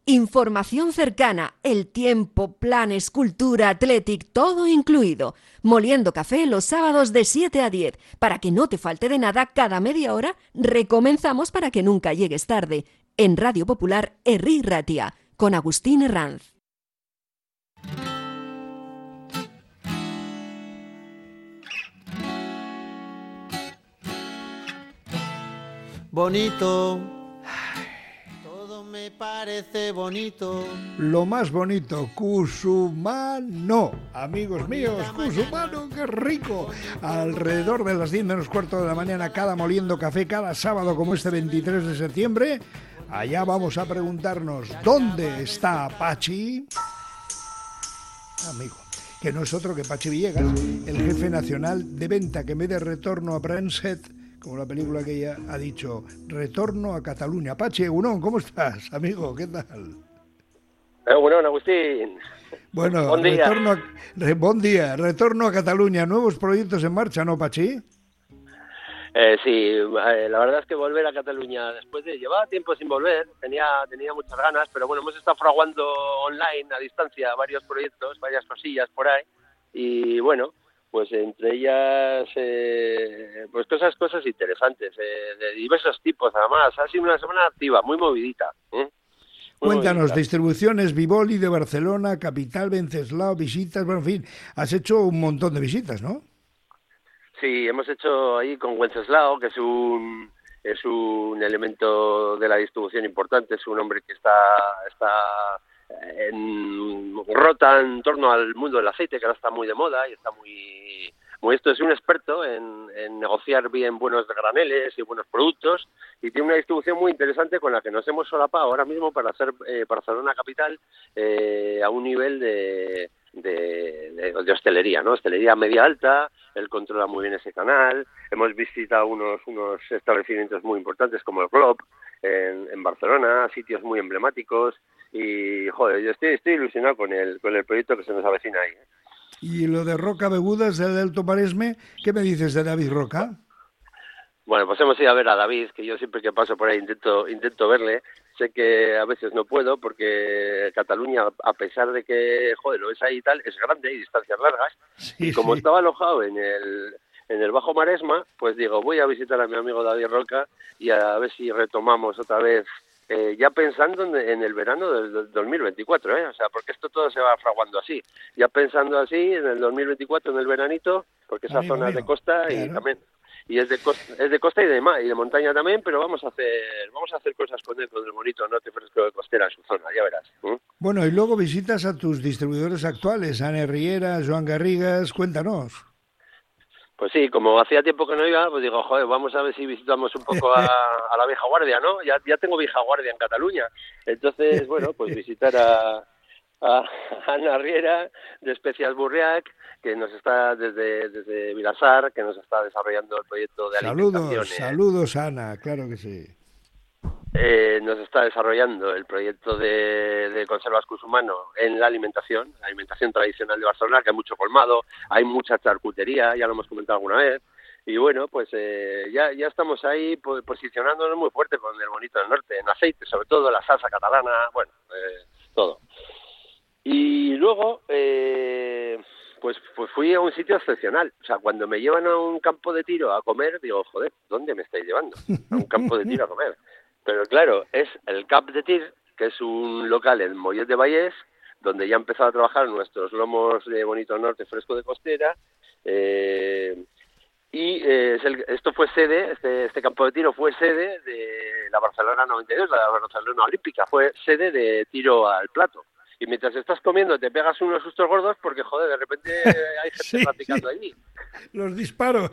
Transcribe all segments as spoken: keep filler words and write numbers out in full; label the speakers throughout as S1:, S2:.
S1: Información cercana, el tiempo, planes, cultura, athletic, todo incluido. Moliendo Café los sábados de siete a diez. Para que no te falte de nada, cada media hora recomenzamos para que nunca llegues tarde. En Radio Popular, Herri Ratia, con Agustín Herranz.
S2: Bonito, todo me parece bonito.
S3: Lo más bonito, Cusumano. Amigos míos, Cusumano, qué rico. Alrededor de las diez menos cuarto de la mañana, cada Moliendo Café, cada sábado como este veintitrés de septiembre, allá vamos a preguntarnos, ¿dónde está Pachi? Amigo, que no es otro que Pachi Villegas, el jefe nacional de venta, que en vez de retorno a Prenset, como la película que ella ha dicho, retorno a Cataluña. Pachi, Egunon, ¿cómo estás, amigo? ¿Qué tal?
S4: Egunon, Agustín.
S3: Bueno,
S4: buen día.
S3: Retorno a, re, buen día. Retorno a Cataluña. ¿Nuevos proyectos en marcha, no, Pachi?
S4: Eh, sí, eh, la verdad es que volver a Cataluña después de... Llevaba tiempo sin volver, tenía tenía muchas ganas, pero bueno, hemos estado fraguando online, a distancia, varios proyectos, varias cosillas por ahí, y bueno... Pues entre ellas, eh, pues cosas cosas interesantes, eh, de diversos tipos además. Ha sido una semana activa, muy movidita. ¿eh? Muy
S3: Cuéntanos,
S4: movidita.
S3: Distribuciones Vivoli de Barcelona, Capital, Venceslao, visitas, bueno, en fin, has hecho un montón de visitas, ¿no?
S4: Sí, hemos hecho ahí con Wenceslao, que es un es un elemento de la distribución importante, es un hombre que está está en, rota en torno al mundo del aceite, que ahora está muy de moda y está muy muy esto es un experto en, en negociar bien buenos graneles y buenos productos, y tiene una distribución muy interesante con la que nos hemos solapado ahora mismo para hacer eh, Barcelona capital eh, a un nivel de De, de, de hostelería, ¿no? Hostelería media alta, él controla muy bien ese canal. Hemos visitado unos unos establecimientos muy importantes como el Glob en, en Barcelona, sitios muy emblemáticos, y joder, yo estoy, estoy ilusionado con el con el proyecto que se nos avecina ahí. ¿eh?
S3: Y lo de Roca Begudas del Alto Maresme, ¿qué me dices de David Roca?
S4: Bueno, pues hemos ido a ver a David, que yo siempre que paso por ahí intento intento verle. Sé que a veces no puedo porque Cataluña, a pesar de que, joder, lo es ahí y tal, es grande y distancias largas.
S3: Sí,
S4: y como
S3: sí.
S4: estaba alojado en el en el Bajo Maresma, pues digo, voy a visitar a mi amigo David Roca y a ver si retomamos otra vez, eh, ya pensando en, en el verano del, del dos mil veinticuatro, ¿eh? O sea, porque esto todo se va fraguando así. Ya pensando así, en el dos mil veinticuatro, en el veranito, porque esa
S3: Amigo
S4: zona es de
S3: mío,
S4: costa y
S3: claro.
S4: también... Y es de costa, es de costa y de mar, y de montaña también, pero vamos a hacer vamos a hacer cosas con él, con el bonito norte fresco de costera en su zona, ya verás. ¿eh?
S3: Bueno, y luego visitas a tus distribuidores actuales, Ana Riera, Joan Garrigas, cuéntanos.
S4: Pues sí, como hacía tiempo que no iba, pues digo, joder, vamos a ver si visitamos un poco a, a la vieja guardia, ¿no? Ya ya tengo vieja guardia en Cataluña. Entonces, bueno, pues visitar a, a Ana Riera de Especias Burriac, que nos está desde desde Vilassar, que nos está desarrollando el proyecto de alimentación.
S3: Saludos,
S4: eh,
S3: saludos, Ana, claro que sí.
S4: Eh, nos está desarrollando el proyecto de, de conservas Cusumano en la alimentación, la alimentación tradicional de Barcelona, que hay mucho colmado, hay mucha charcutería, ya lo hemos comentado alguna vez, y bueno, pues eh, ya ya estamos ahí pues, posicionándonos muy fuerte con el bonito del norte, en aceite, sobre todo la salsa catalana, bueno, eh, todo. Y luego, eh, pues, pues fui a un sitio excepcional. O sea, cuando me llevan a un campo de tiro a comer, digo, joder, ¿dónde me estáis llevando? A un campo de tiro a comer. Pero claro, es el Cap de Tir, que es un local en Mollet de Vallès, donde ya han empezado a trabajar nuestros lomos de bonito norte fresco de costera. Eh, y eh, es el, esto fue sede, este, este campo de tiro fue sede de la Barcelona noventa y dos, la Barcelona Olímpica, fue sede de tiro al plato. Y mientras estás comiendo te pegas unos sustos gordos porque, joder, de repente hay gente
S3: Sí,
S4: practicando
S3: sí.
S4: allí.
S3: Los disparos.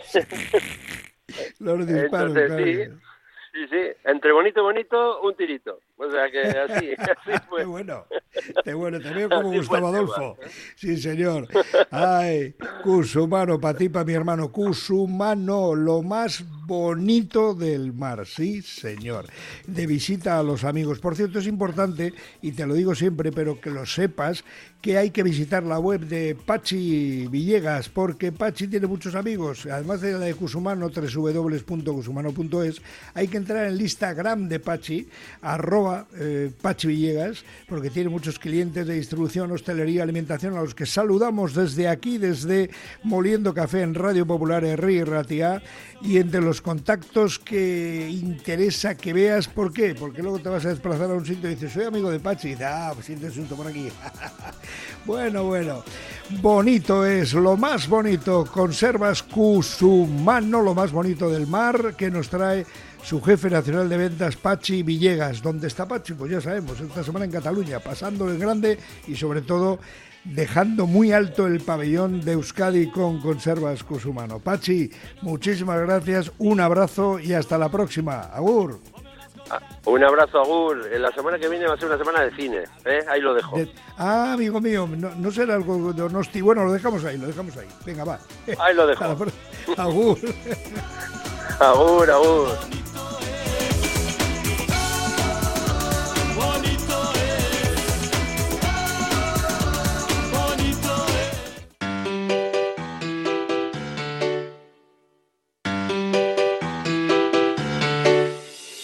S3: Los disparos,
S4: Entonces,
S3: claro.
S4: sí, sí, sí, entre bonito y bonito, un tirito. O sea que así, así fue.
S3: Qué bueno, qué bueno, te veo como
S4: Así fue
S3: Gustavo
S4: el tema.
S3: Adolfo. Sí, señor. Ay, Cusumano, para ti, para mi hermano. Cusumano, lo más bonito del mar, sí señor, de visita a los amigos. Por cierto, es importante, y te lo digo siempre, pero que lo sepas, que hay que visitar la web de Pachi Villegas, porque Pachi tiene muchos amigos, además de la de Cusumano, doble u doble u doble u punto cusumano punto es, hay que entrar en el Instagram de Pachi, arroba eh, Pachi Villegas, porque tiene muchos clientes de distribución, hostelería, alimentación, a los que saludamos desde aquí, desde Moliendo Café en Radio Popular Herri y Ratia, y entre los contactos que interesa que veas, ¿por qué? Porque luego te vas a desplazar a un sitio y dices, soy amigo de Pachi, y dices, ah, pues sientes un por aquí. Bueno, bueno, bonito es, lo más bonito, Conservas Cusumano, lo más bonito del mar, que nos trae su jefe nacional de ventas, Pachi Villegas. ¿Dónde está Pachi? Pues ya sabemos, esta semana en Cataluña, pasando el grande y sobre todo dejando muy alto el pabellón de Euskadi con Conservas Cusumano. Pachi, muchísimas gracias, un abrazo y hasta la próxima. Agur.
S4: Un abrazo, Agur. La semana que viene va a ser una semana de cine, ¿eh? Ahí lo dejo.
S3: De... Ah, amigo mío, no, no será algo de Donosti. Bueno, lo dejamos ahí, lo dejamos ahí. Venga, va.
S4: Ahí lo dejo.
S3: Agur.
S4: Agur, Agur.